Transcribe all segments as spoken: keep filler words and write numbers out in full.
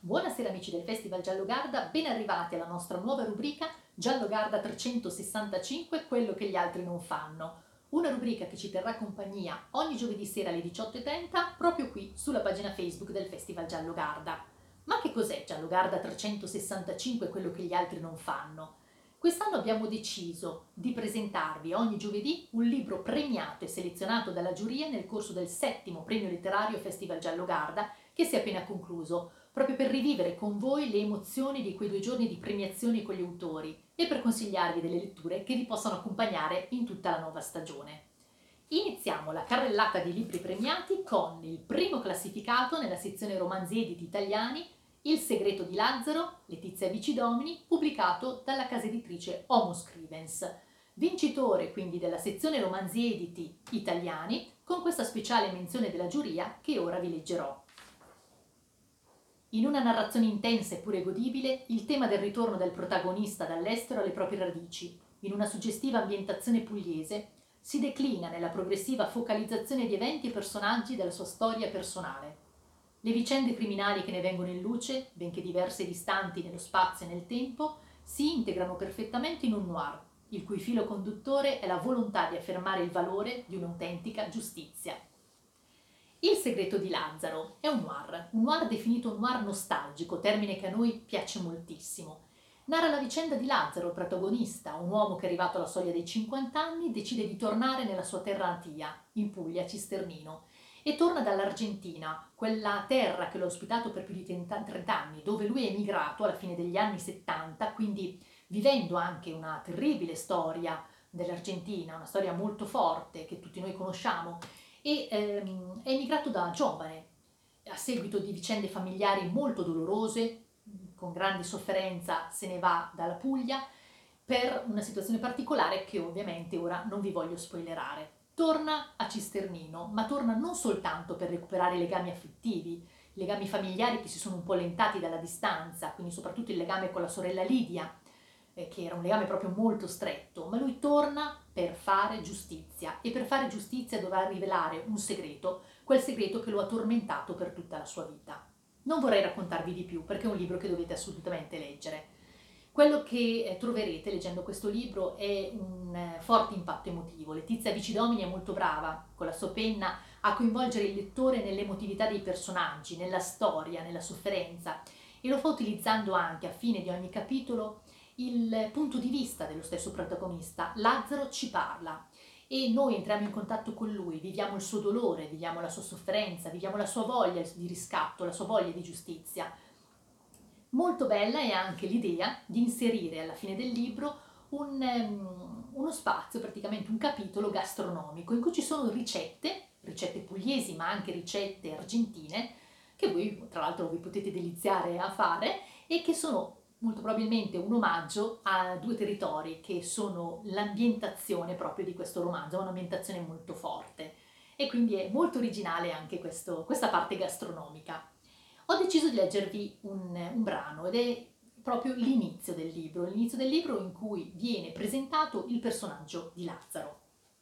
Buonasera amici del Festival Giallo Garda, ben arrivati alla nostra nuova rubrica Giallo Garda trecentosessantacinque, quello che gli altri non fanno. Una rubrica che ci terrà compagnia ogni giovedì sera alle diciotto e trenta proprio qui sulla pagina Facebook del Festival Giallo Garda. Ma che cos'è Giallo Garda trecentosessantacinque, quello che gli altri non fanno? Quest'anno abbiamo deciso di presentarvi ogni giovedì un libro premiato e selezionato dalla giuria nel corso del settimo premio letterario Festival Giallo Garda che si è appena concluso, proprio per rivivere con voi le emozioni di quei due giorni di premiazione con gli autori e per consigliarvi delle letture che vi possano accompagnare in tutta la nuova stagione. Iniziamo la carrellata di libri premiati con il primo classificato nella sezione romanzi editi italiani, Il segreto di Lazzaro, Letizia Vici-Domini, pubblicato dalla casa editrice Homo Scrivens. Vincitore quindi della sezione romanzi editi italiani, con questa speciale menzione della giuria che ora vi leggerò. In una narrazione intensa e pure godibile, il tema del ritorno del protagonista dall'estero alle proprie radici, in una suggestiva ambientazione pugliese, si declina nella progressiva focalizzazione di eventi e personaggi della sua storia personale. Le vicende criminali che ne vengono in luce, benché diverse e distanti nello spazio e nel tempo, si integrano perfettamente in un noir, il cui filo conduttore è la volontà di affermare il valore di un'autentica giustizia. Il segreto di Lazzaro è un noir, un noir definito un noir nostalgico, termine che a noi piace moltissimo. Narra la vicenda di Lazzaro, il protagonista, un uomo che arrivato alla soglia dei cinquanta anni decide di tornare nella sua terra natia, in Puglia, Cisternino, e torna dall'Argentina, quella terra che l'ha ospitato per più di trenta anni, dove lui è emigrato alla fine degli anni settanta, quindi vivendo anche una terribile storia dell'Argentina, una storia molto forte che tutti noi conosciamo, e ehm, è emigrato da giovane, a seguito di vicende familiari molto dolorose, con grande sofferenza se ne va dalla Puglia per una situazione particolare che ovviamente ora non vi voglio spoilerare. Torna a Cisternino, ma torna non soltanto per recuperare i legami affettivi, legami familiari che si sono un po' allentati dalla distanza, quindi soprattutto il legame con la sorella Lidia, eh, che era un legame proprio molto stretto, ma lui torna per fare giustizia e per fare giustizia dovrà rivelare un segreto, quel segreto che lo ha tormentato per tutta la sua vita. Non vorrei raccontarvi di più perché è un libro che dovete assolutamente leggere. Quello che eh, troverete leggendo questo libro è un eh, forte impatto emotivo. Letizia Vici-Domini è molto brava con la sua penna a coinvolgere il lettore nell'emotività dei personaggi, nella storia, nella sofferenza, e lo fa utilizzando anche a fine di ogni capitolo il punto di vista dello stesso protagonista. Lazzaro ci parla e noi entriamo in contatto con lui, viviamo il suo dolore, viviamo la sua sofferenza, viviamo la sua voglia di riscatto, la sua voglia di giustizia. Molto bella è anche l'idea di inserire alla fine del libro un, um, uno spazio, praticamente un capitolo gastronomico, in cui ci sono ricette, ricette pugliesi ma anche ricette argentine, che voi tra l'altro vi potete deliziare a fare e che sono molto probabilmente un omaggio a due territori che sono l'ambientazione proprio di questo romanzo, un'ambientazione molto forte e quindi è molto originale anche questo, questa parte gastronomica. Ho deciso di leggervi un, un brano ed è proprio l'inizio del libro, l'inizio del libro in cui viene presentato il personaggio di Lazzaro.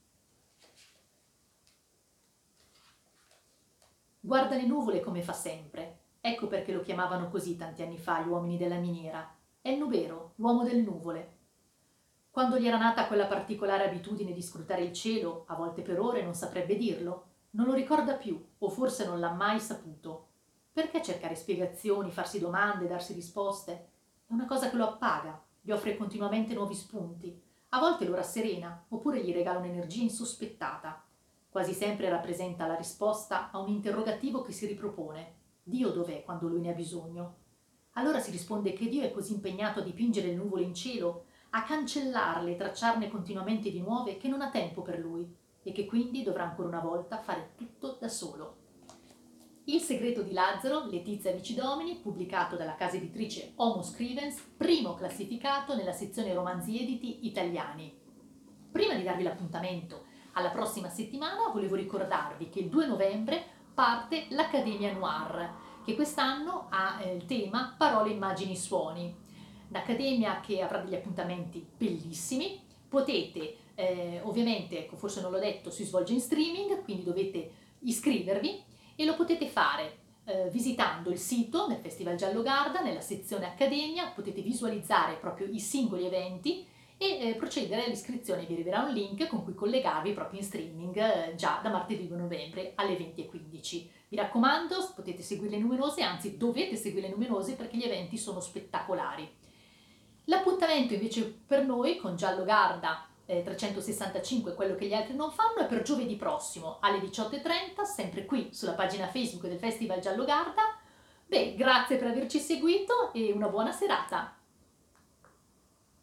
Guarda le nuvole come fa sempre. Ecco perché lo chiamavano così tanti anni fa gli uomini della miniera. È il nubero, l'uomo del nuvole. Quando gli era nata quella particolare abitudine di scrutare il cielo, a volte per ore non saprebbe dirlo, non lo ricorda più, o forse non l'ha mai saputo. Perché cercare spiegazioni, farsi domande, darsi risposte? È una cosa che lo appaga, gli offre continuamente nuovi spunti. A volte lo rasserena, oppure gli regala un'energia insospettata. Quasi sempre rappresenta la risposta a un interrogativo che si ripropone. Dio dov'è quando lui ne ha bisogno? Allora si risponde che Dio è così impegnato a dipingere le nuvole in cielo, a cancellarle e tracciarne continuamente di nuove, che non ha tempo per lui e che quindi dovrà ancora una volta fare tutto da solo. Il segreto di Lazzaro, Letizia Vici-Domini, pubblicato dalla casa editrice Homo Scrivens, primo classificato nella sezione romanzi editi italiani. Prima di darvi l'appuntamento alla prossima settimana, volevo ricordarvi che il due novembre parte l'Accademia Noir, che quest'anno ha eh, il tema Parole, Immagini, Suoni. L'Accademia che avrà degli appuntamenti bellissimi. Potete, eh, ovviamente, ecco, forse non l'ho detto, si svolge in streaming, quindi dovete iscrivervi e lo potete fare Eh, visitando il sito del Festival Giallo Garda, nella sezione Accademia, potete visualizzare proprio i singoli eventi e eh, procedere all'iscrizione. Vi arriverà un link con cui collegarvi proprio in streaming eh, già da martedì due novembre alle venti e quindici. Mi raccomando, potete seguirle numerose, anzi dovete seguirle numerose perché gli eventi sono spettacolari. L'appuntamento invece per noi con Giallo Garda eh, trecentosessantacinque, quello che gli altri non fanno, è per giovedì prossimo alle diciotto e trenta, sempre qui sulla pagina Facebook del Festival Giallo Garda. Beh, grazie per averci seguito e una buona serata!